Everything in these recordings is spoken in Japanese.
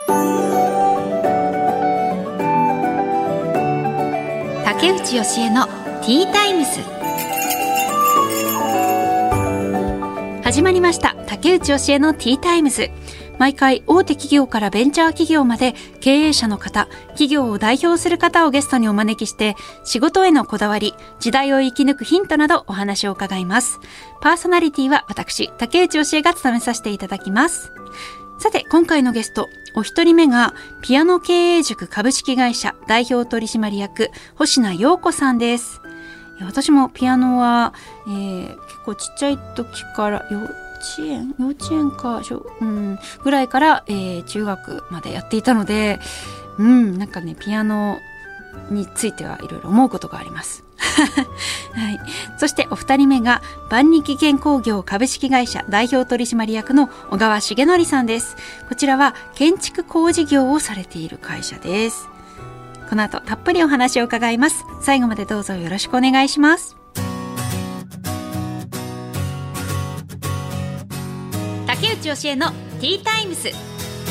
竹内義恵のティータイムス。始まりました。竹内義恵のティータイムス。毎回大手企業からベンチャー企業まで経営者の方、企業を代表する方をゲストにお招きして仕事へのこだわり、時代を生き抜くヒントなどお話を伺います。パーソナリティは私、竹内義恵が務めさせていただきます。さて今回のゲスト、お一人目がピアノ経営塾株式会社代表取締役星名陽子さんです。私もピアノは、結構ちっちゃい時から幼稚園か、ぐらいから、中学までやっていたので、なんかね、ピアノについてはいろいろ思うことがあります。はい。そしてお二人目が万日建工業株式会社代表取締役の小川重則さんです。こちらは建築工事業をされている会社です。この後たっぷりお話を伺います。最後までどうぞよろしくお願いします。竹内義恵のティータイムス。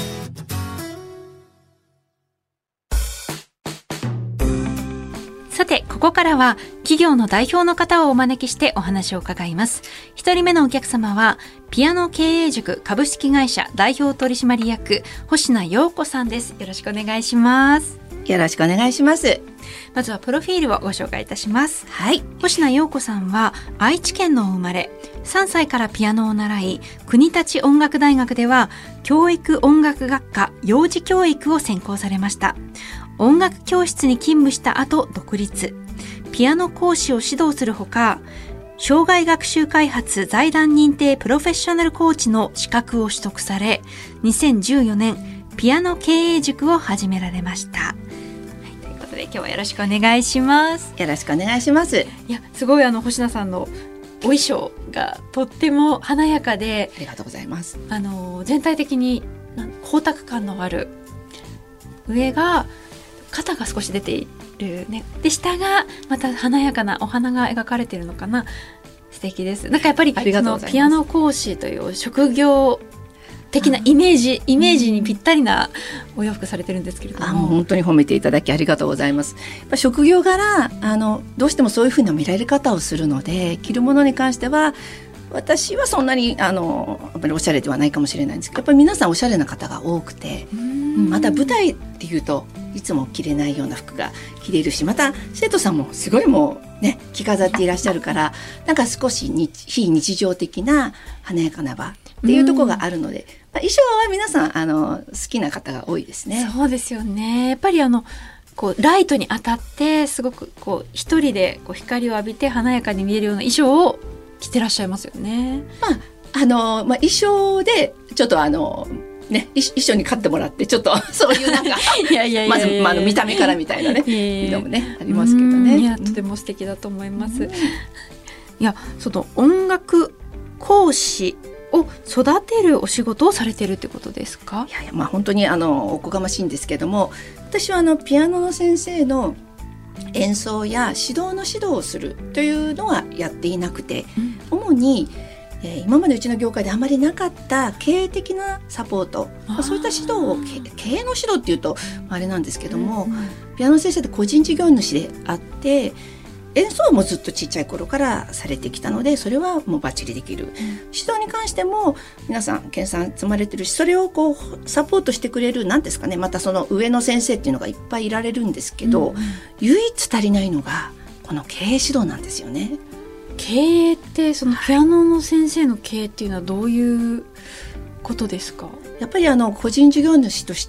さてここからは企業の代表の方をお招きしてお話を伺います。一人目のお客様はピアノ経営塾株式会社代表取締役星名陽子さんです。よろしくお願いします。 よろしくお願いします。 まずはプロフィールをご紹介いたします。 はい。 星名陽子さんは愛知県の生まれ、3歳からピアノを習い、国立音楽大学では教育音楽学科幼児教育を専攻されました。音楽教室に勤務した後独立、ピアノ講師を指導するほか、障害学習開発財団認定プロフェッショナルコーチの資格を取得され、2014年ピアノ経営塾を始められました。ということで今日はよろしくお願いします。 よろしくお願いします。 いや、すごい星名さんのお衣装がとっても華やかで、 ありがとうございます。 全体的に光沢感のある、上が肩が少し出ているね。で下がまた華やかなお花が描かれているのかな。素敵です。なんかやっぱりそのピアノ講師という職業的なイメージにぴったりなお洋服されてるんですけれども、 もう本当に褒めていただきありがとうございます。やっぱ職業柄どうしてもそういうふうな見られ方をするので、着るものに関しては私はそんなにやっぱりおしゃれではないかもしれないんですけど、やっぱり皆さんおしゃれな方が多くて、また舞台っていうといつも着れないような服が着れるし、また生徒さんもすごいもうね着飾っていらっしゃるから、なんか少し非日常的な華やかな場っていうところがあるので、衣装は皆さん好きな方が多いですね。 そうですよね。やっぱりこうライトに当たってすごくこう一人でこう光を浴びて華やかに見えるような衣装を着てらっしゃいますよね。 衣装でちょっと衣装に買ってもらってちょっとそういうなんかまず見た目からみたいなねのもねありますけどね。 いやとても素敵だと思います。いや、その音楽講師を育てるお仕事をされてるってことですか？ いや本当におこがましいんですけども、私はピアノの先生の演奏や指導の指導をするというのはやっていなくて、主に今までうちの業界であまりなかった経営的なサポート、そういった指導を経営の指導っていうとあれなんですけども、ピアノ先生って個人事業主であって、演奏もずっとちっちゃい頃からされてきたので、それはもうバッチリできる、指導に関しても皆さん研鑽積まれてるし、それをこうサポートしてくれるなんですかね、またその上の先生っていうのがいっぱいいられるんですけど、唯一足りないのがこの経営指導なんですよね。 経営ってそのピアノの先生の経営っていうのはどういうことですか？ やっぱり個人事業主として、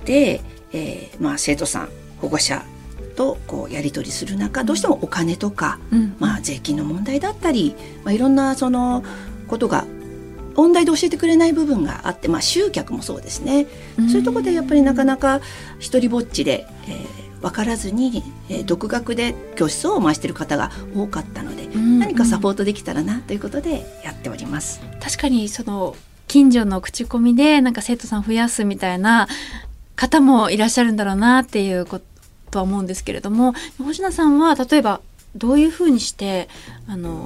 生徒さん保護者とこうやり取りする中、どうしてもお金とか、税金の問題だったり、いろんなそのことが音大で教えてくれない部分があって、集客もそうですね、そういうところでやっぱりなかなか一人ぼっちで、分からずに、独学で教室を回している方が多かったので、何かサポートできたらなということでやっております。 確かにその近所の口コミでなんか生徒さん増やすみたいな方もいらっしゃるんだろうなっていうことは思うんですけれども、星名さんは例えばどういうふうにして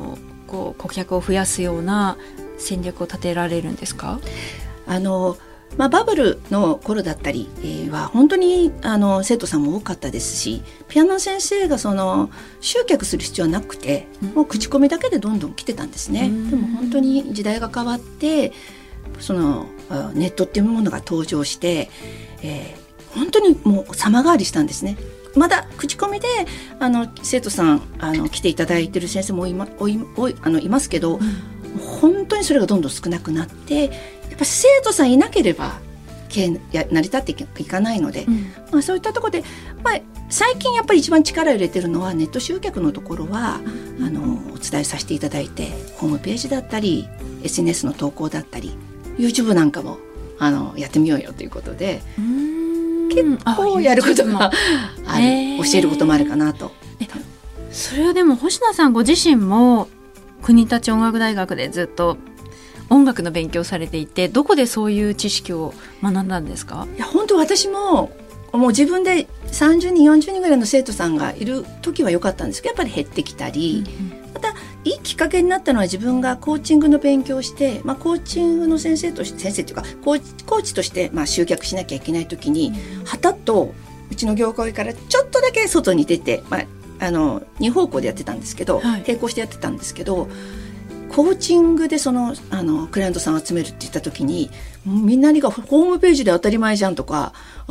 顧客を増やすような戦略を立てられるんですか？ バブルの頃だったりは本当に生徒さんも多かったですし、ピアノの先生が集客する必要はなくて、もう口コミだけでどんどん来てたんですね。でも本当に時代が変わってネットっていうものが登場して、本当にもう様変わりしたんですね。まだ口コミで生徒さん来ていただいてる先生もいますけど、本当にそれがどんどん少なくなって、やっぱ生徒さんいなければ成り立っていかないので、そういったところで、最近やっぱり一番力を入れてるのはネット集客のところはお伝えさせていただいて、ホームページだったり SNS の投稿だったり YouTube なんかもやってみようよということで、結構やることがある、教えることもあるかなと。 それはでも星名さんご自身も国立音楽大学でずっと音楽の勉強されていて、どこでそういう知識を学んだんですか？ いや本当私もう自分で30人40人ぐらいの生徒さんがいる時は良かったんですけど、やっぱり減ってきたり、またいいきっかけになったのは自分がコーチングの勉強をして、コーチングの先生というかコーチとして集客しなきゃいけない時に、はたっとうちの業界からちょっとだけ外に出て、2方向でやってたんですけど、並行してやってたんですけど、コーチングでクライアントさんを集めるって言った時に、みんながホームページで当たり前じゃんとか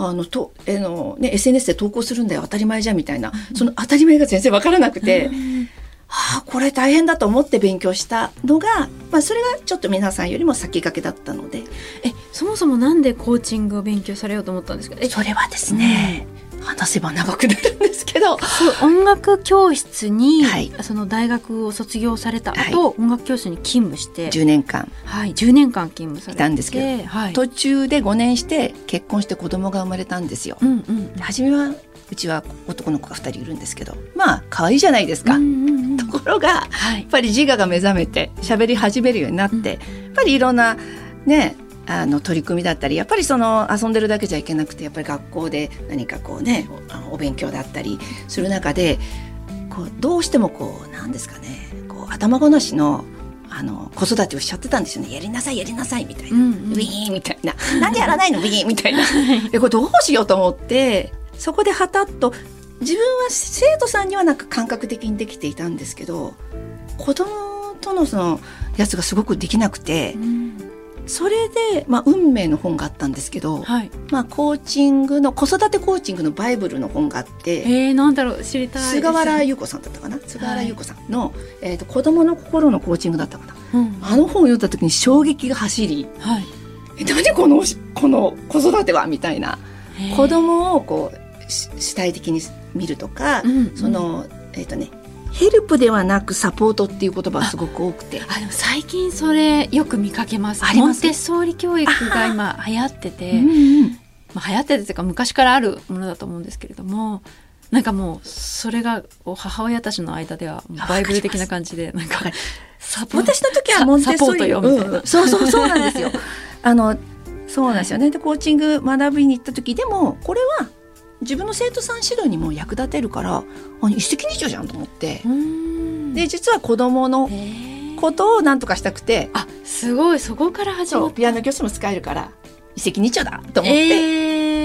SNS で投稿するんだよ当たり前じゃんみたいな、その当たり前が全然分からなくて、これ大変だと思って勉強したのが、それがちょっと皆さんよりも先駆けだったので。 そもそもなんでコーチングを勉強されようと思ったんですか？ それはですね、話せば長くなるんですけど、 音楽教室に、その大学を卒業された後、音楽教室に勤務して 10年間勤務されていたんですけど、途中で5年して結婚して子供が生まれたんですよ。初めはうちは男の子が2人いるんですけど、可愛いじゃないですか。ところが、やっぱり自我が目覚めて喋り始めるようになって、やっぱりいろんなね取り組みだったり、やっぱり遊んでるだけじゃいけなくて、やっぱり学校で何かお勉強だったりする中で、どうしても何ですかね、頭ごなしの子育てをしちゃってたんですよね。やりなさいやりなさいみたいな、ウィーンみたいな、なんでやらないのウィーンみたいなこれどうしようと思って、そこではたっと自分は生徒さんには感覚的にできていたんですけど、子供とのやつがすごくできなくて、それで、運命の本があったんですけど、コーチングの子育てコーチングのバイブルの本があって、 なんだろう、知りたいです。 菅原優子さんだったかな、菅原優子さんの、子供の心のコーチングだったかな、あの本を読んだ時に衝撃が走り、何この子育てはみたいな、子供を主体的に見るとか、ヘルプではなくサポートっていう言葉がすごく多くて、 でも最近それよく見かけます。モンテッソーリ教育が今流行ってて、流行っててというか昔からあるものだと思うんですけれども、もうそれが母親たちの間ではバイブル的な感じで、 私の時はモンテッソーリよみたいな、 そうなんですよそうなんですよね。でコーチング学びに行った時でも、これは自分の生徒さん指導にも役立てるから、一石二鳥じゃんと思って、で実は子供のことを何とかしたくて、 すごい、そこから始まった。 ピアノ教室も使えるから一石二鳥だと思って、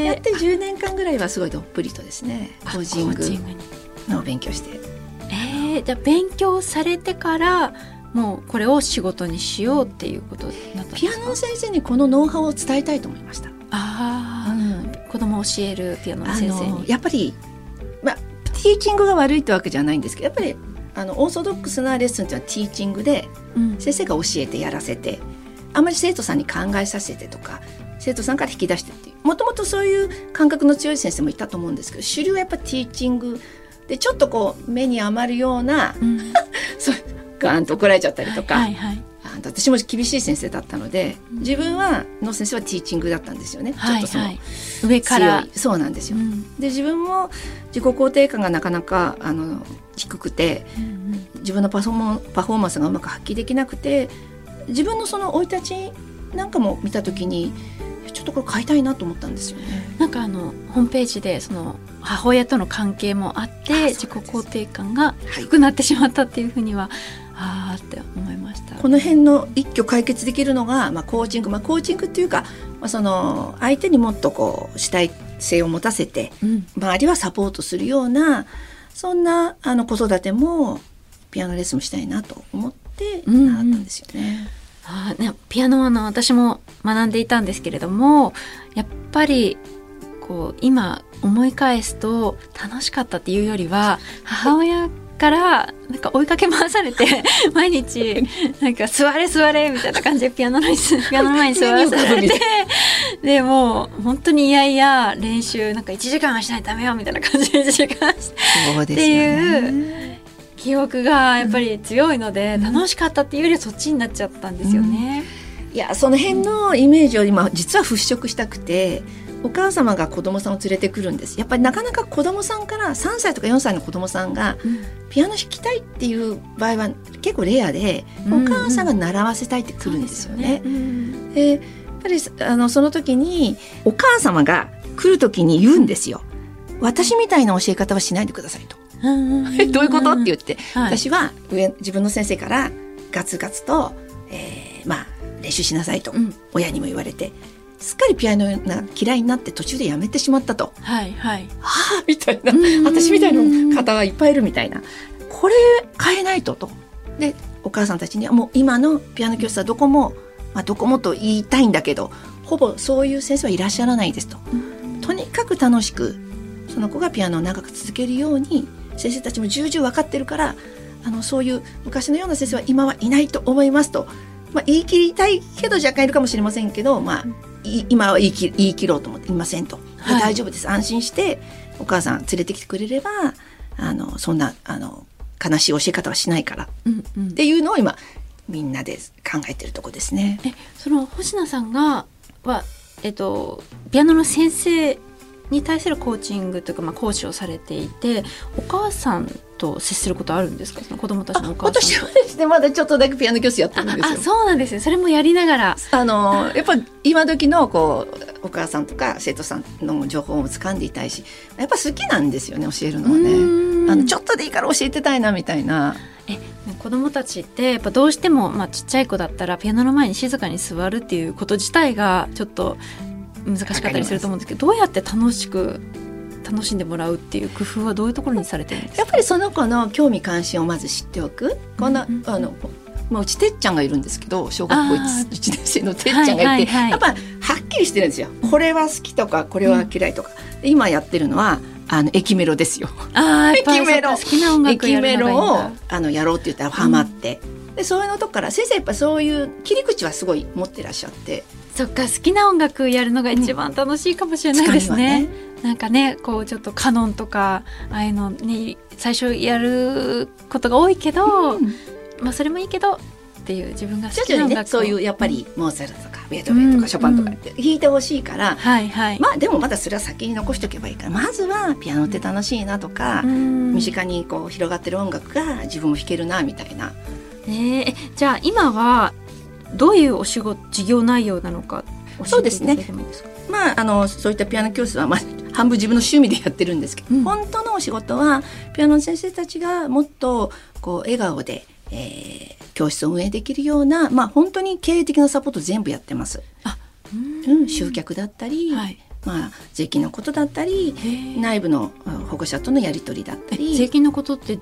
やって10年間ぐらいはすごいどっぷりとですね、コーチングの勉強して、 じゃあ勉強されてからもうこれを仕事にしようっていうことになったんですか？ ピアノの先生にこのノウハウを伝えたいと思いました。 子供を教えるピアノの先生にやっぱり、ティーチングが悪いってわけじゃないんですけど、やっぱりオーソドックスなレッスンっていうのはティーチングで、先生が教えてやらせて、あまり生徒さんに考えさせてとか、生徒さんから引き出してっていう、もともとそういう感覚の強い先生もいたと思うんですけど、主流はやっぱティーチングで、ちょっと目に余るような、そうガーンと怒られちゃったりとか、私も厳しい先生だったので、自分の先生はティーチングだったんですよね。ちょっと上からそうなんですよ。で自分も自己肯定感がなかなか低くて、自分のパフォーマンスがうまく発揮できなくて、自分の生い立ちなんかも見た時に、 ちょっとこれ買いたいなと思ったんですよね。 なんかホームページでその母親との関係もあって自己肯定感が低くなってしまったっていうふうには、あーって思いました。 この辺の一挙解決できるのが、コーチング、コーチングっていうか、その相手にもっとこう主体性を持たせて、周りはサポートするようなそんな子育てもピアノレッスンもしたいなと思って習ったんですよね。 ピアノは私も学んでいたんですけれども、やっぱりこう今思い返すと楽しかったっていうよりは、母親からなんか追いかけ回されて毎日なんか座れ座れみたいな感じでピアノの前に座らされてでもう本当にいやいや練習なんか1時間はしないとダメよみたいな感じで1時間してっていう記憶がやっぱり強いので、楽しかったっていうよりはそっちになっちゃったんですよね。 いや、その辺のイメージを今実は払拭したくて、お母様が子供さんを連れてくるんです。やっぱりなかなか子供さんから3歳とか4歳の子供さんがピアノ弾きたいっていう場合は結構レアで、お母さんが習わせたいってくるんですよね。でやっぱりその時にお母様が来る時に言うんですよ。私みたいな教え方はしないでくださいと。どういうことって言って、私は自分の先生からガツガツと、練習しなさいと、親にも言われて、すっかりピアノが嫌いになって途中でやめてしまったと、みたいな、私みたいな方がいっぱいいるみたいな、これ変えないとで、お母さんたちにはもう今のピアノ教室はどこも、どこもと言いたいんだけど、ほぼそういう先生はいらっしゃらないですと、とにかく楽しくその子がピアノを長く続けるように先生たちも重々分かってるから、そういう昔のような先生は今はいないと思いますと、言い切りたいけど若干いるかもしれませんけど、今は言い切ろうと思っていませんと、大丈夫です、安心してお母さん連れてきてくれればそんな悲しい教え方はしないから、っていうのを今みんなで考えてるとこですね。 その星名さんがピアノの先生に対するコーチングというか、講師をされていて、お母さんと接することあるんですか？その子供たちのお母さんと。 私はですね、まだちょっとだけピアノ教室やってるんですよ。 そうなんですね。それもやりながらやっぱ今時のお母さんとか生徒さんの情報も掴んでいたいし、やっぱ好きなんですよね、教えるのはね。ちょっとでいいから教えてたいなみたいな。 子供たちってやっぱどうしても、ちっちゃい子だったらピアノの前に静かに座るっていうこと自体がちょっと難しかったりすると思うんですけど、どうやって楽しんでもらうっていう工夫はどういうところにされてるんですか？ やっぱりその子の興味関心をまず知っておく。うちてっちゃんがいるんですけど、小学校 1年生のてっちゃんがいて、やっぱはっきりしてるんですよ。これは好きとかこれは嫌いとか、今やってるのは駅メロですよ。 駅メロ、好きな音楽やるのがいいんだ。 駅メロをやろうって言ったらハマって、でそういうのとこから先生やっぱそういう切り口はすごい持ってらっしゃって、 そっか、好きな音楽やるのが一番楽しいかもしれないですね。なんかね、こうちょっとカノンとかああいうのね、最初やることが多いけど、それもいいけどっていう、自分が好きな音楽を、 そういうやっぱりモーツァルトとかベートーベンとかショパンとかって弾いてほしいから、でもまだそれは先に残しておけばいいから、まずはピアノって楽しいなとか、身近にこう広がってる音楽が自分も弾けるなみたいな。 じゃあ今はどういうお仕事、事業内容なのか教えていただいてもいいですか？ そういったピアノ教室は、半分自分の趣味でやってるんですけど、本当のお仕事はピアノの先生たちがもっとこう笑顔で、教室を運営できるような、本当に経営的なサポート全部やってます。集客だったり、税金のことだったり、内部の保護者とのやり取りだったり。 税金のことって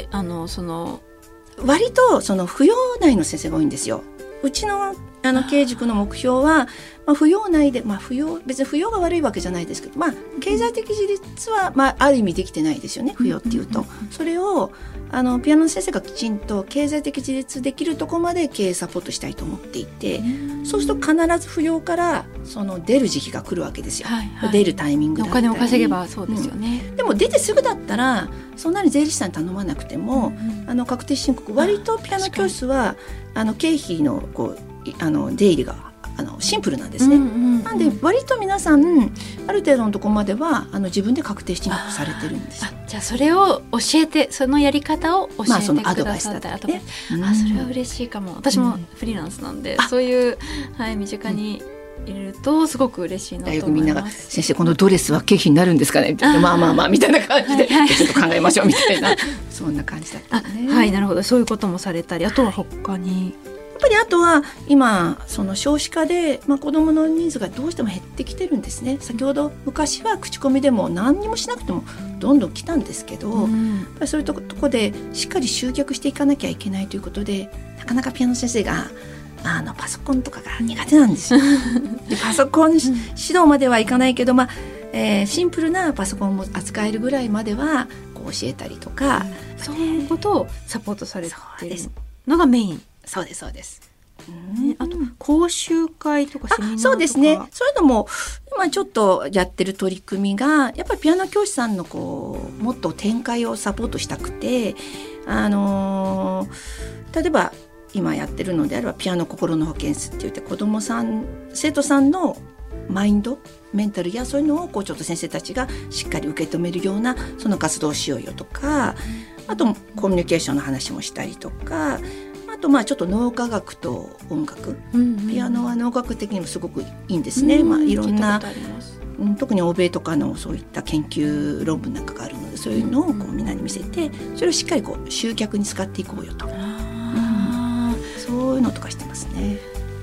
割とその扶養内の先生が多いんですよ。うちの経営塾の目標は、扶養内で、別に扶養が悪いわけじゃないですけど、経済的自立は、ある意味できてないですよね、扶養っていうと。それをピアノの先生がきちんと経済的自立できるところまで経営サポートしたいと思っていて、そうすると必ず扶養から出る時期が来るわけですよ。出るタイミングだったり、 お金を稼げばそうですよね。 でも出てすぐだったらそんなに税理士さんに頼まなくても、確定申告、割とピアノ教室は経費の出入りがシンプルなんですね。なんで割と皆さんある程度のところまでは自分で確定申告されてるんですよ。 じゃあそれを教えて、そのやり方を教えてくださった、 そのアドバイスだったりね。 それは嬉しいかも。私もフリーランスなんで、そういう、身近に入れるとすごく嬉しいなと思います。 みんなが先生このドレスは経費になるんですかねって言ってまあみたいな感じで、はいはい、ちょっと考えましょうみたいなそんな感じだったね。 はい、なるほど。そういうこともされたり、あとは他に、 やっぱりあとは今その少子化で、子どもの人数がどうしても減ってきてるんですね。先ほど昔は口コミでも何にもしなくてもどんどん来たんですけど、やっぱりそういうとこでしっかり集客していかなきゃいけないということで、なかなかピアノ先生がパソコンとかが苦手なんですよでパソコン指導まではいかないけど、シンプルなパソコンも扱えるぐらいまではこう教えたりとか、 そういうことをサポートされているのがメイン。 そうですそうです。 あと講習会とかセミナーとか、 そうですね、そういうのも今ちょっとやってる取り組みが、やっぱりピアノ教師さんのもっと展開をサポートしたくて、例えば今やってるのであればピアノ心の保健室って言って、子どもさん生徒さんのマインドメンタルやそういうのをちょっと先生たちがしっかり受け止めるようなその活動をしようよとか、あとコミュニケーションの話もしたりとか、あとちょっと脳科学と音楽、ピアノは脳学的にもすごくいいんですね。いろんな特に欧米とかのそういった研究論文なんかがあるので、そういうのをみんなに見せて、それをしっかり集客に使っていこうよと、そういうのとかしてますね。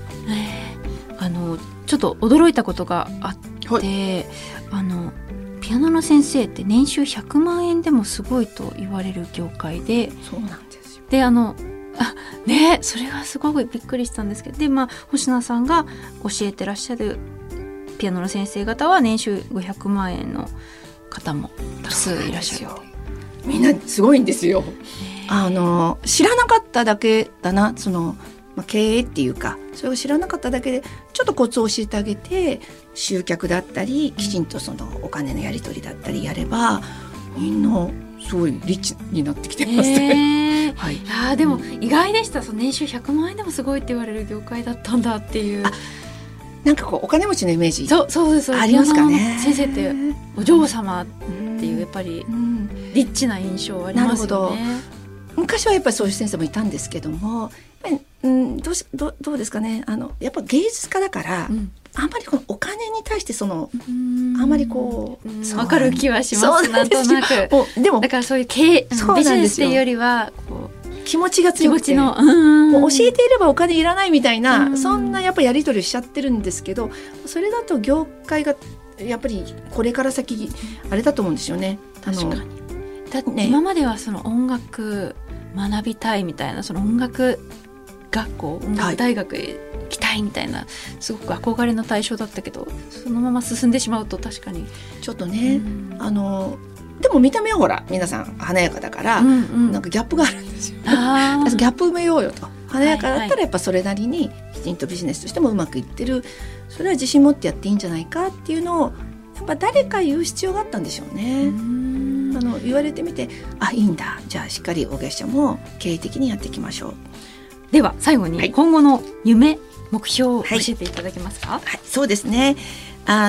ちょっと驚いたことがあって、はい、ピアノの先生って年収100万円でもすごいと言われる業界で、 そうなんですよ。 でそれがすごくびっくりしたんですけど、で星名さんが教えてらっしゃるピアノの先生方は年収500万円の方も多数いらっしゃる。 みんなすごいんですよ。知らなかっただけだな、経営っていうか、それを知らなかっただけでちょっとコツを教えてあげて、集客だったりきちんとお金のやり取りだったりやれば、みんなすごいリッチになってきてますね。はい、 でも意外でした。年収100万円でもすごいって言われる業界だったんだっていう。 なんかお金持ちのイメージそうですありますかね。 先生ってお嬢様っていうやっぱりリッチな印象ありますよね。 昔はやっぱりそういう先生もいたんですけども、どうですかね。やっぱ芸術家だから、あんまりお金に対してあんまり分かる気はします。なんとなく。でもだからそういうビジネスっていうよりは気持ちが強くて、もう教えていればお金いらないみたいな、そんなやっぱりやり取りしちゃってるんですけど、それだと業界がやっぱりこれから先あれだと思うんですよね。 確かに。だって今までは音楽学びたいみたいな、音楽学校、音楽大学へ行きたいみたいな、すごく憧れの対象だったけど、そのまま進んでしまうと確かにちょっとね、でも見た目はほら皆さん華やかだから、なんかギャップがあるんですよ。ギャップ埋めようよと。華やかだったらやっぱそれなりにきちんとビジネスとしてもうまくいってる、それは自信持ってやっていいんじゃないかっていうのをやっぱ誰か言う必要があったんでしょうね。言われてみて、いいんだ、じゃあしっかり大月社も経営的にやっていきましょう。 では最後に今後の夢、目標を教えていただけますか。 そうですね。ま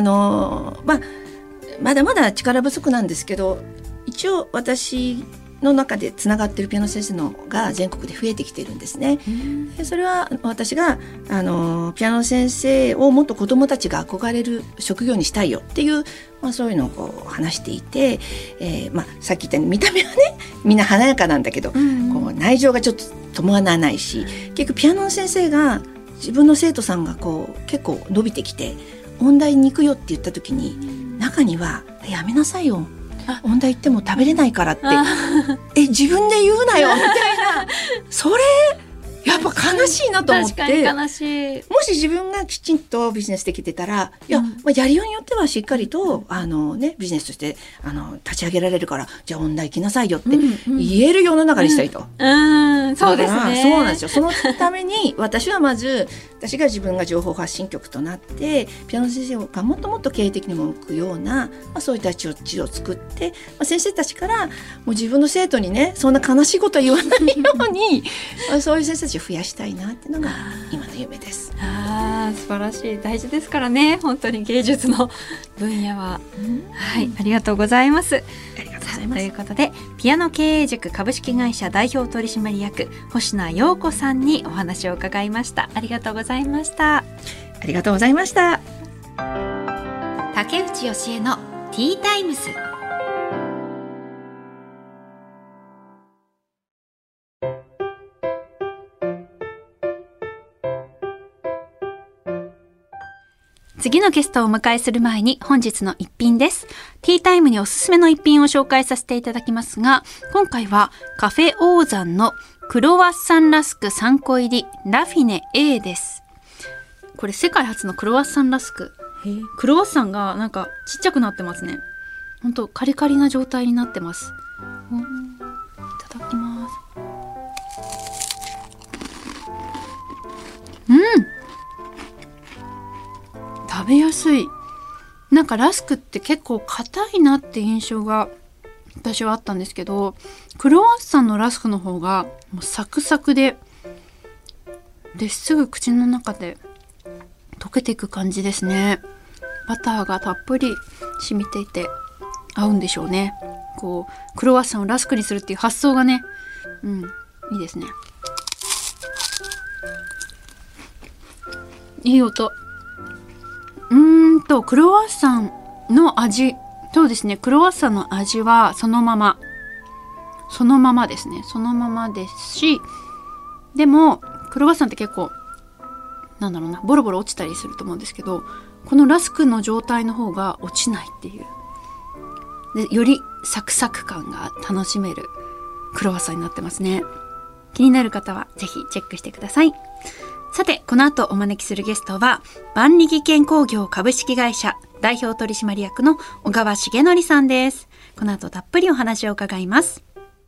だまだ力不足なんですけど、一応私の中でつながっているピアノ先生のが全国で増えてきているんですね。それは私がピアノ先生をもっと子どもたちが憧れる職業にしたいよっていう、そういうのを話していて、さっき言ったように見た目はねみんな華やかなんだけど、内情がちょっと伴わないし、結局ピアノの先生が自分の生徒さんが結構伸びてきて音大に行くよって言った時に、中にはやめなさいよ、音大行っても食べれないからって自分で言うなよみたいなそれやっぱ悲しいなと思って、 確かに悲しい。 もし自分がきちんとビジネスできてたら、やりようによってはしっかりとビジネスとして立ち上げられるから、じゃあ音大行きなさいよって言える世の中にしたいと。 そうですね。 そうなんですよ。そのために私はまず私が自分が情報発信局となってピアノ先生がもっともっと経営的にも向くような、そういった地を作って、先生たちからもう自分の生徒にねそんな悲しいことは言わないようにそういう先生たちを増やしたいなっていうのが今の夢です。 素晴らしい。大事ですからね、本当に芸術の分野は。ありがとうございます。ということでピアノ経営塾株式会社代表取締役星名陽子さんにお話を伺いました。ありがとうございました。 あありがとうございました。 竹内義恵のティータイムズ。次のゲストをお迎えする前に本日の一品です。ティータイムにおすすめの一品を紹介させていただきますが、今回はカフェオーザンのクロワッサンラスク3個入りラフィネ A です。これ世界初のクロワッサンラスク。クロワッサンがなんかちっちゃくなってますね。ほんとカリカリな状態になってます。いただきます。食べやすい。なんかラスクって結構硬いなって印象が私はあったんですけど、クロワッサンのラスクの方がもうサクサクですぐ口の中で溶けていく感じですね。バターがたっぷり染みていて合うんでしょうね。こうクロワッサンをラスクにするっていう発想がね、いいですね。いい音。クロワッサンの味、そうですね、クロワッサンの味はそのままですね。そのままですし、でもクロワッサンって結構ボロボロ落ちたりすると思うんですけど、このラスクの状態の方が落ちないっていうで、よりサクサク感が楽しめるクロワッサンになってますね。気になる方はぜひチェックしてください。さて、この後お招きするゲストは万力健工業株式会社代表取締役の小川重則さんです。この後たっぷりお話を伺います。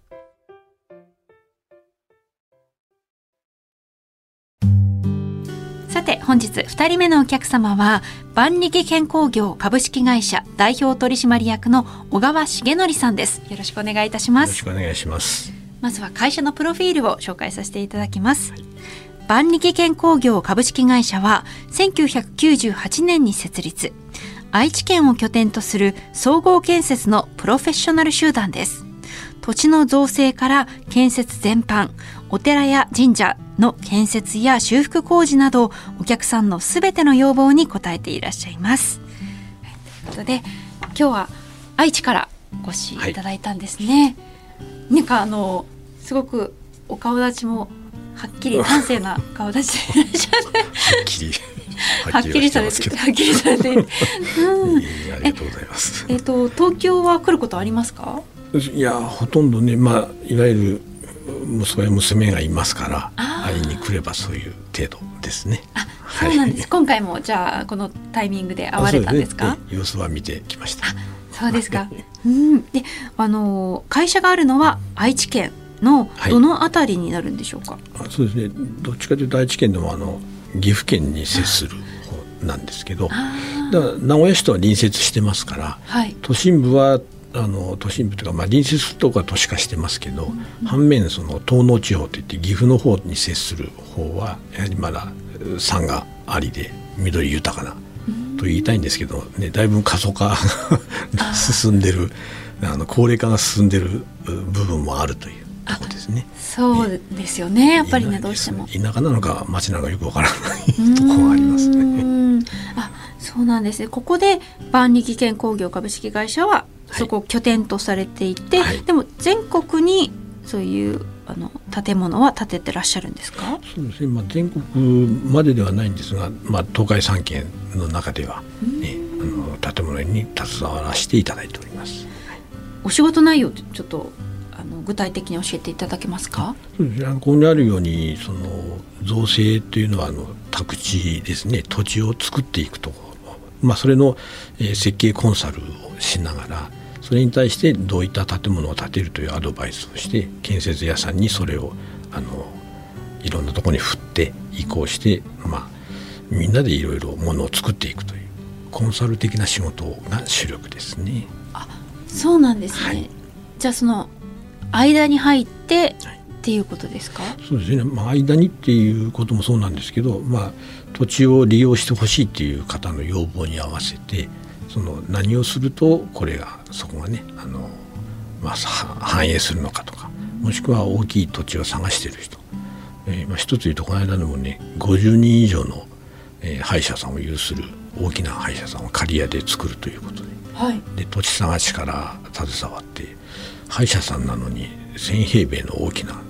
さて、本日2人目のお客様は万力健工業株式会社代表取締役の小川重則さんです。よろしくお願いいたします。 よろしくお願いします。 まずは会社のプロフィールを紹介させていただきます。万力健工業株式会社は1998年に設立。愛知県を拠点とする総合建設のプロフェッショナル集団です。土地の造成から建設全般、お寺や神社の建設や修復工事などお客さんのすべての要望に応えていらっしゃいます。ということで今日は愛知からお越しいただいたんですね。なんかすごくお顔立ちもはっきり端正な顔立ちでいらっしゃってはっきりされてありがとうございます。 東京は来ることありますか？ いや、ほとんどね、いわゆる息子や娘がいますから会いに来ればそういう程度ですね。 そうなんです。今回もじゃあこのタイミングで会われたんですか？ 様子は見てきました。 そうですか。で、会社があるのは愛知県のどのあたりになるんでしょうか？ そうですね、どっちかというと愛知県でも岐阜県に接する方なんですけど、だから名古屋市とは隣接してますから、都心部は都心部というか、隣接するところは都市化してますけど、反面その東濃地方といって岐阜の方に接する方はやはりまだ山がありで緑豊かなと言いたいんですけどね、だいぶ過疎化が進んでる高齢化が進んでる部分もあるというところですね。 そうですよね、やっぱりね、どうしても田舎なのか町なのかよくわからないところがありますね。 そうなんですね。ここで万力健工業株式会社はそこを拠点とされていて、でも全国にそういう建物は建ててらっしゃるんですか？ そうですね、全国までではないんですが、東海3県の中では、建物に携わらせていただいております。 お仕事内容ってちょっと具体的に教えていただけますか？ そうですね、ここにあるように造成というのは宅地ですね、土地を作っていくところ、それの設計コンサルをしながら、それに対してどういった建物を建てるというアドバイスをして、建設屋さんにそれをいろんなところに振って移行して、みんなでいろいろものを作っていくというコンサル的な仕事が主力ですね。 そうなんですね。じゃあその間に入ってっていうことですか？ そうですね、間にっていうこともそうなんですけど、土地を利用してほしいっていう方の要望に合わせて、何をするとそこがね反映するのかとか、もしくは大きい土地を探している人、一つ言うとこの間でもね、50人以上の歯医者さんを有する大きな歯医者さんを刈谷で作るということで、 はい、 で土地探しから携わって歯医者さんなのに1000平米の大きな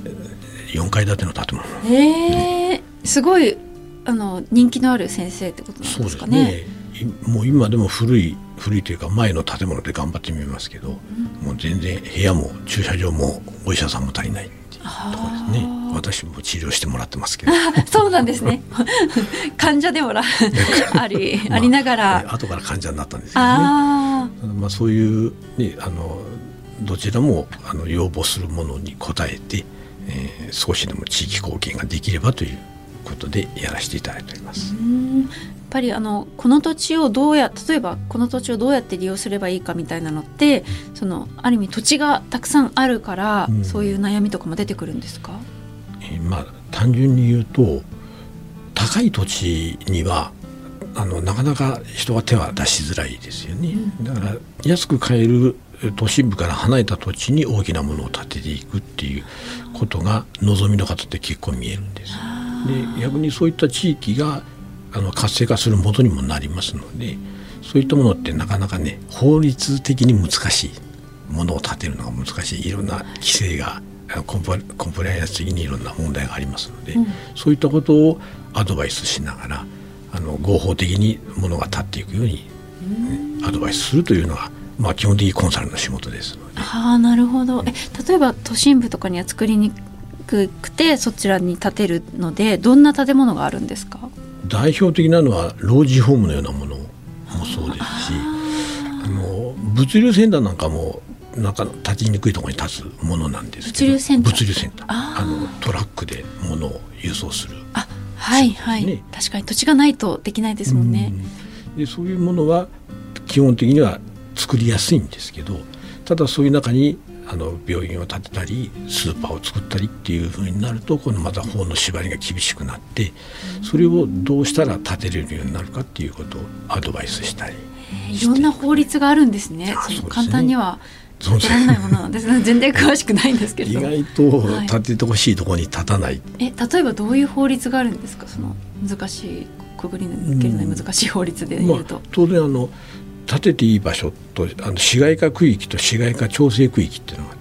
4階建ての建物、 すごい人気のある先生ってことなんですかね。 そうですね。もう今でも古いというか前の建物で頑張ってみますけど、もう全然部屋も駐車場もお医者さんも足りないっていうところですね。私も治療してもらってますけどそうなんですね患者でもありながら、 後から患者になったんですけどね。そういう、ね、どちらも要望するものに応えて、少しでも地域貢献ができればということでやらせていただいております。 やっぱりこの土地を例えばこの土地をどうやって利用すればいいかみたいなのってある意味土地がたくさんあるから、そういう悩みとかも出てくるんですか？ 単純に言うと高い土地にはなかなか人が手は出しづらいですよね。だから安く買える都心部から離れた土地に大きなものを建てていくっていうことが望みの方って結構見えるんです。で逆にそういった地域が活性化する元にもなりますので、そういったものってなかなかね法律的に難しいものを建てるのが難しい、いろんな規制がコンプライアンス的にいろんな問題がありますので、そういったことをアドバイスしながら合法的にものが建っていくように、アドバイスするというのが、基本的にコンサルの仕事ですので。 なるほど。例えば都心部とかには作りにくくてそちらに建てるのでどんな建物があるんですか？ 代表的なのは老人ホームのようなものもそうですし、物流センターなんかも立ちにくいところに立つものなんですけど、物流センタートラックで物を輸送する、 はいはい、確かに土地がないとできないですもんね。 でそういうものは基本的には作りやすいんですけど、ただそういう中に病院を建てたりスーパーを作ったりっていう風になると、このまた法の縛りが厳しくなって、それをどうしたら建てれるようになるかっていうことをアドバイスしたりして、 いろんな法律があるんですね。簡単には建てられないものなんですね。全然詳しくないんですけど、 意外と建ててほしいところに建たない、 例えばどういう法律があるんですか？難しいくぐり抜けるのに難しい法律で言うと、 当然建てていい場所と市街化区域と市街化調整区域っていうのがあって、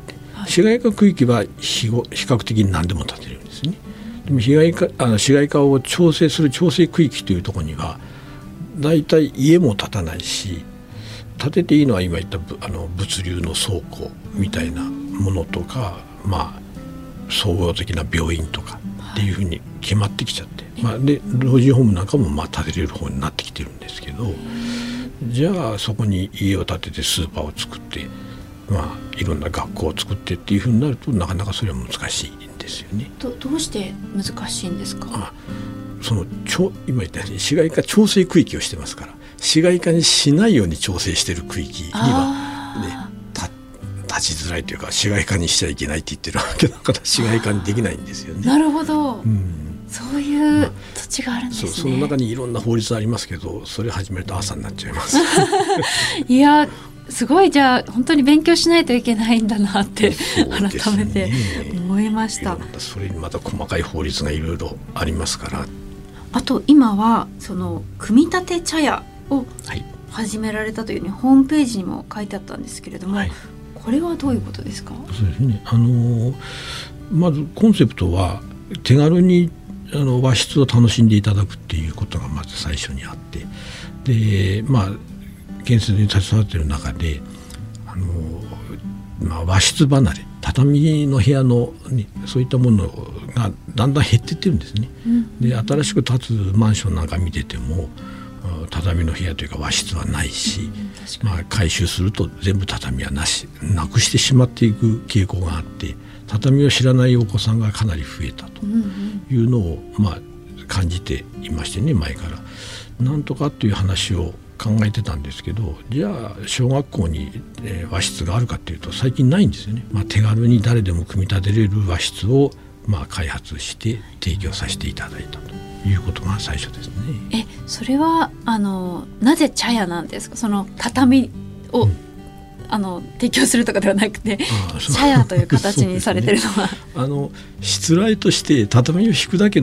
市街化区域は比較的に何でも建てるんですね。でも市街化を調整する調整区域というところにはだいたい家も建たないし、建てていいのは今言った物流の倉庫みたいなものとか、総合的な病院とかっていうふうに決まってきちゃって、で老人ホームなんかも建てれる方になってきてるんですけど、じゃあそこに家を建ててスーパーを作って、いろんな学校を作ってっていうふうになると、なかなかそれは難しいんですよね。 どうして難しいんですか？ 今言ったように市街化調整区域をしてますから、市街化にしないように調整している区域には、立ちづらいというか、市街化にしちゃいけないって言ってるわけだから市街化にできないんですよね。 なるほど、そういう土地があるんですね。 その中にいろんな法律ありますけど、それ始めると朝になっちゃいますいやすごい、じゃあ本当に勉強しないといけないんだなって改めて思いました。 それにまた細かい法律がいろいろありますから。 あと今は組み立て茶屋を始められたという、ホームページにも書いてあったんですけれども、これはどういうことですか？ そうですね、まずコンセプトは手軽に和室を楽しんでいただくっていうことがまず最初にあって、で建設に携わっている中で和室離れ、畳の部屋の、そういったものがだんだん減っていってるんですね。で新しく建つマンションなんか見てても畳の部屋というか和室はないし、改修すると全部畳はなくしてしまっていく傾向があって、畳を知らないお子さんがかなり増えたというのを感じていましてね、前からなんとかという話を考えてたんですけど、じゃあ小学校に和室があるかというと最近ないんですよね。手軽に誰でも組み立てれる和室を開発して提供させていただいたということが最初ですね。 それはなぜ茶屋なんですか？畳を、提供するとかではなくて茶屋という形にされてるのはしつらいとして畳を敷くだけの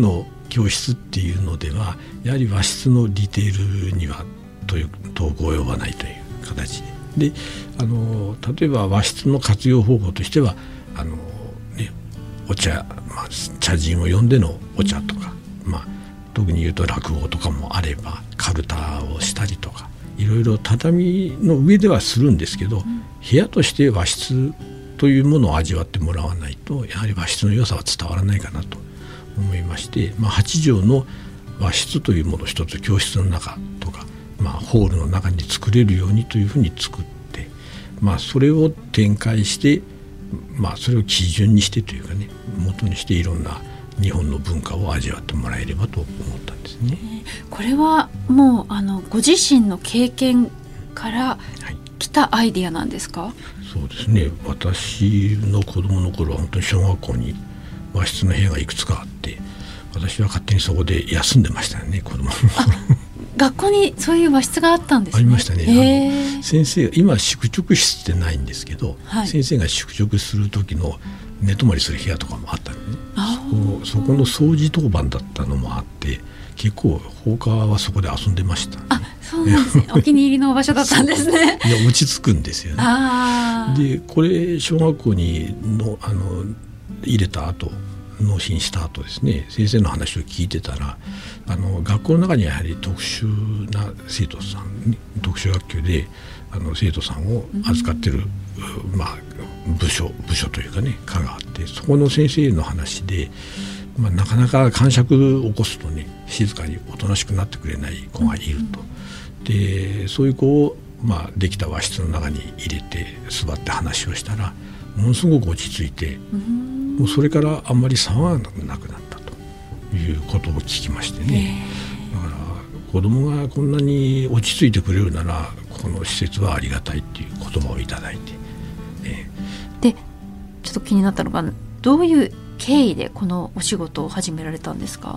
教室っていうのではやはり和室のディテールには遠く及ばないという形で、例えば和室の活用方法としてはお茶、茶人を呼んでのお茶とか、特に言うと落語とかもあればカルタをしたりとかいろいろ畳の上ではするんですけど、部屋として和室というものを味わってもらわないとやはり和室の良さは伝わらないかなと思いまして、8畳の和室というものを一つ教室の中とか、ホールの中に作れるようにというふうに作って、それを展開して、それを基準にしてというかね、元にしていろんな日本の文化を味わってもらえればと思ったんですね。 これはもうご自身の経験から来たアイディアなんですか？ そうですね、私の子供の頃は本当に小学校に和室の部屋がいくつかあって、私は勝手にそこで休んでましたよね、子供の頃。 学校にそういう和室があったんですね。 ありましたね。先生、今宿直室ってないんですけど、先生が宿直する時の寝泊まりする部屋とかもあったんでね、そこの掃除当番だったのもあって、結構放課はそこで遊んでましたね。 そうなんですね。お気に入りの場所だったんですね。 いや、落ち着くんですよね。でこれ小学校に入れた後、納品した後ですね、先生の話を聞いてたら、学校の中にはやはり特殊な生徒さん、特殊学級で生徒さんを預かってる、部署というかね、課があって、そこの先生の話で、なかなか癇癪を起こすとね、静かにおとなしくなってくれない子がいると。でそういう子を、できた和室の中に入れて座って話をしたら、ものすごく落ち着いて、もうそれからあんまり騒がなくなったということを聞きましてね。だから子供がこんなに落ち着いてくれるなら、この施設はありがたいっていう言葉をいただいて、 でちょっと気になったのが、どういう経緯でこのお仕事を始められたんですか？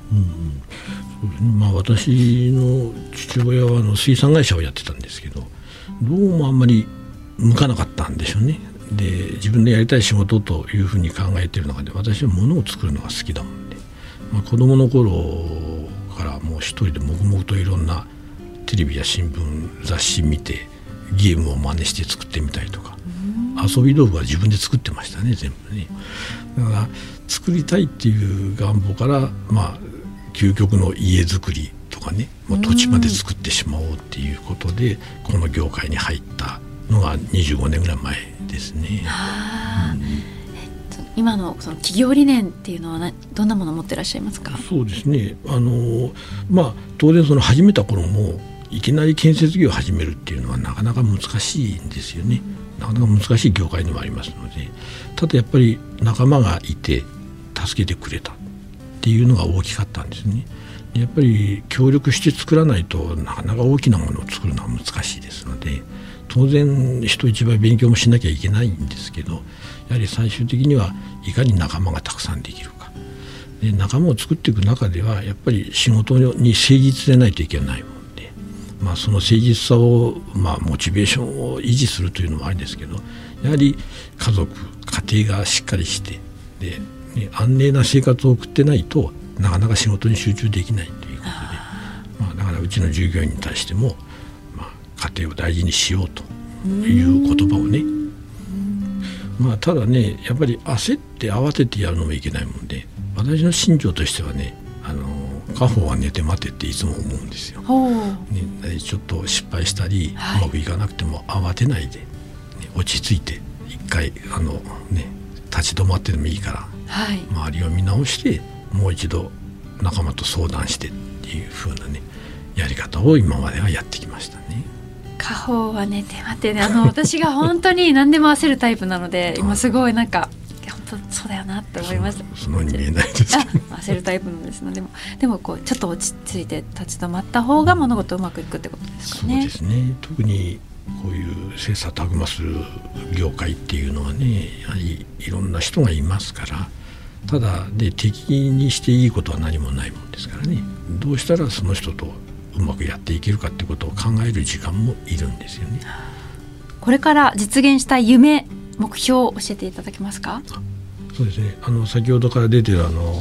私の父親は水産会社をやってたんですけど、どうもあんまり向かなかったんでしょうね。で自分でやりたい仕事というふうに考えている中で、私は物を作るのが好きだもんで、子供の頃からもう一人で黙々といろんなテレビや新聞雑誌見て、ゲームを真似して作ってみたりとか、遊び道具は自分で作ってましたね、全部ね。だから作りたいっていう願望から、究極の家づくりとかね、もう土地まで作ってしまおうっていうことで、この業界に入ったのが25年ぐらい前ですね。 今のその企業理念っていうのはどんなものを持ってらっしゃいますか？ そうですね、当然その始めた頃もいきなり建設業を始めるっていうのはなかなか難しいんですよね。なかなか難しい業界でもありますので、ただやっぱり仲間がいて助けてくれたっていうのが大きかったんですね。やっぱり協力して作らないとなかなか大きなものを作るのは難しいですので、当然人一倍勉強もしなきゃいけないんですけど、やはり最終的にはいかに仲間がたくさんできるかで、仲間を作っていく中ではやっぱり仕事に誠実でないといけないもんで、その誠実さを、モチベーションを維持するというのもありですけど、やはり家族家庭がしっかりしてで、安寧な生活を送ってないとなかなか仕事に集中できないということで、だからうちの従業員に対しても、家庭を大事にしようという言葉をね、ただね、やっぱり焦って慌ててやるのもいけないもんで、私の信条としてはね、家宝は寝て待てっていつも思うんですよ、ちょっと失敗したり、うまくいかなくても慌てないで、落ち着いて一回立ち止まってでもいいから、周りを見直してもう一度仲間と相談してっていう風なね、やり方を今まではやってきましたね。 家宝は寝て待てね、私が本当に何でも焦るタイプなので今すごい本当そうだよなって思いました。 そのように見えないですけど焦るタイプなんですので、でもちょっと落ち着いて立ち止まった方が物事うまくいくってことですかね。 そうですね。特にこういう切磋琢磨する業界っていうのはね、やはりいろんな人がいますから、ただで敵にしていいことは何もないもんですからね、どうしたらその人とうまくやっていけるかってことを考える時間もいるんですよね。 これから実現した夢、目標を教えていただけますか？ そうですね、先ほどから出てる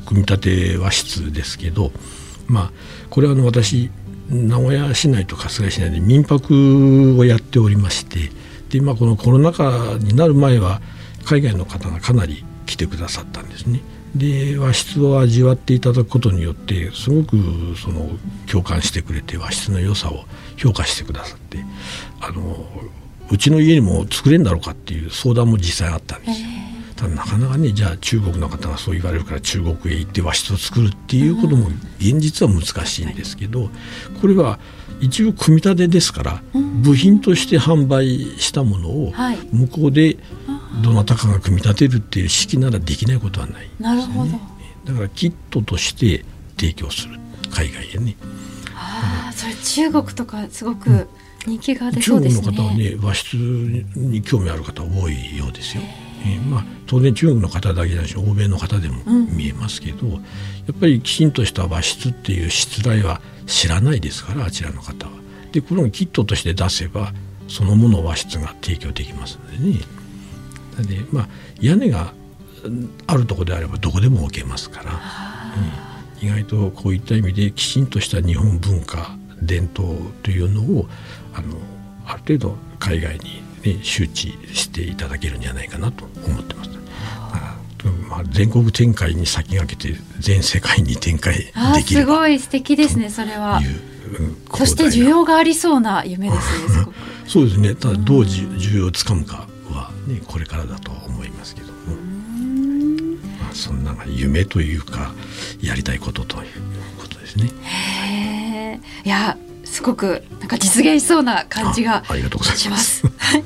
組み立て和室ですけど、これは私名古屋市内と春日井市内で民泊をやっておりまして、でこのコロナ禍になる前は海外の方がかなり来てくださったんですね。で和室を味わっていただくことによってすごく共感してくれて、和室の良さを評価してくださって、うちの家にも作れんだろうかっていう相談も実際あったんですよ。ただなかなかね、じゃあ中国の方がそう言われるから中国へ行って和室を作るっていうことも現実は難しいんですけど、これは一応組み立てですから部品として販売したものを向こうでどなたかが組み立てるっていう式ならできないことはないんですよね。なるほど。だからキットとして提供する、海外へね。 それ中国とかすごく人気が出そうですね。 中国の方はね、和室に興味ある方多いようですよ。当然中国の方だけじゃないし欧米の方でも見えますけど、やっぱりきちんとした和室っていうしつらいは知らないですから、あちらの方は。でこのキットとして出せばそのもの和室が提供できますのでね。で屋根があるところであればどこでも置けますから、意外とこういった意味できちんとした日本文化伝統というのをある程度海外に周知していただけるんじゃないかなと思ってます。全国展開に先駆けて全世界に展開できる。 すごい素敵ですね、それは。そして需要がありそうな夢ですね。すごくそうですね。ただどう需要をつかむかは、これからだと思いますけども、そんな夢というかやりたいことということですね。 いやすごくなんか実現しそうな感じがします。はい、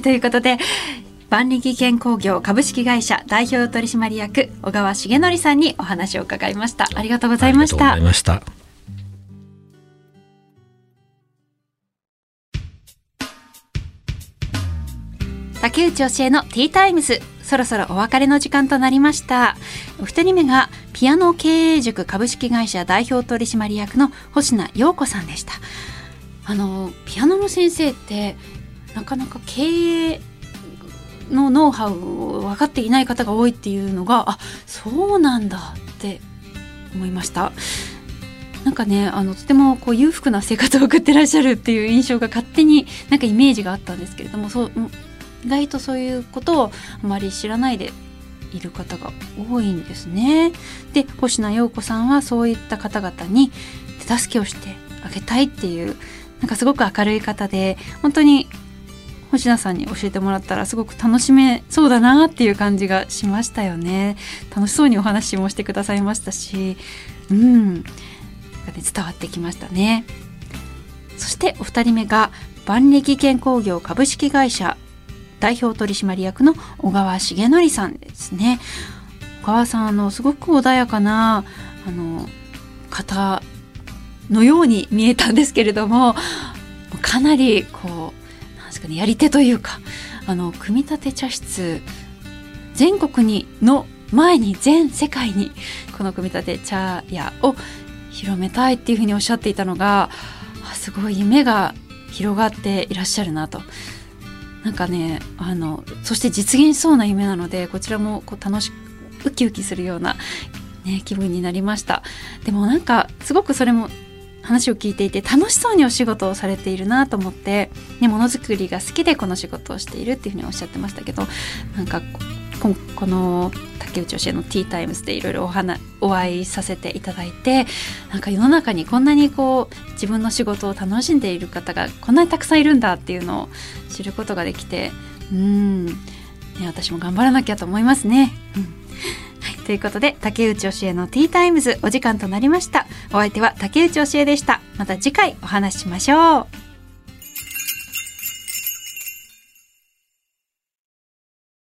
ということで万力健工業株式会社代表取締役小川重則さんにお話を伺いました。ありがとうございました。 ありがとうございました。 竹内教えのティータイムズ、そろそろお別れの時間となりました。お一人目がピアノ経営塾株式会社代表取締役の星名陽子さんでした。ピアノの先生ってなかなか経営のノウハウを分かっていない方が多いっていうのが、そうなんだって思いました。なんかね、とても裕福な生活を送ってらっしゃるっていう印象が勝手になんかイメージがあったんですけれども、意外とそういうことをあまり知らないでいる方が多いんですね。で、星名陽子さんはそういった方々に手助けをしてあげたいっていう、なんかすごく明るい方で、本当に星名さんに教えてもらったらすごく楽しめそうだなっていう感じがしましたよね。楽しそうにお話もしてくださいましたし、なんか伝わってきましたね。そしてお二人目が万力健工業株式会社代表取締役の小川重則さんですね。小川さんすごく穏やかな方のように見えたんですけれども、かなりなんですかね、やり手というか、組み立て茶室全国の前に全世界にこの組み立て茶屋を広めたいっていうふうにおっしゃっていたのが、すごい夢が広がっていらっしゃるなと。なんかね、そして実現しそうな夢なので、こちらも楽しくウキウキするような、気分になりました。でもなんかすごくそれも話を聞いていて楽しそうにお仕事をされているなと思って、ものづくりが好きでこの仕事をしているっていうふうにおっしゃってましたけど、なんかこの竹内教えのティータイムズでいろいろお会いさせていただいて、なんか世の中にこんなに自分の仕事を楽しんでいる方がこんなにたくさんいるんだっていうのを知ることができて、私も頑張らなきゃと思いますね。はい、ということで竹内教えのティータイムズお時間となりました。お相手は竹内教えでした。また次回お話ししましょう。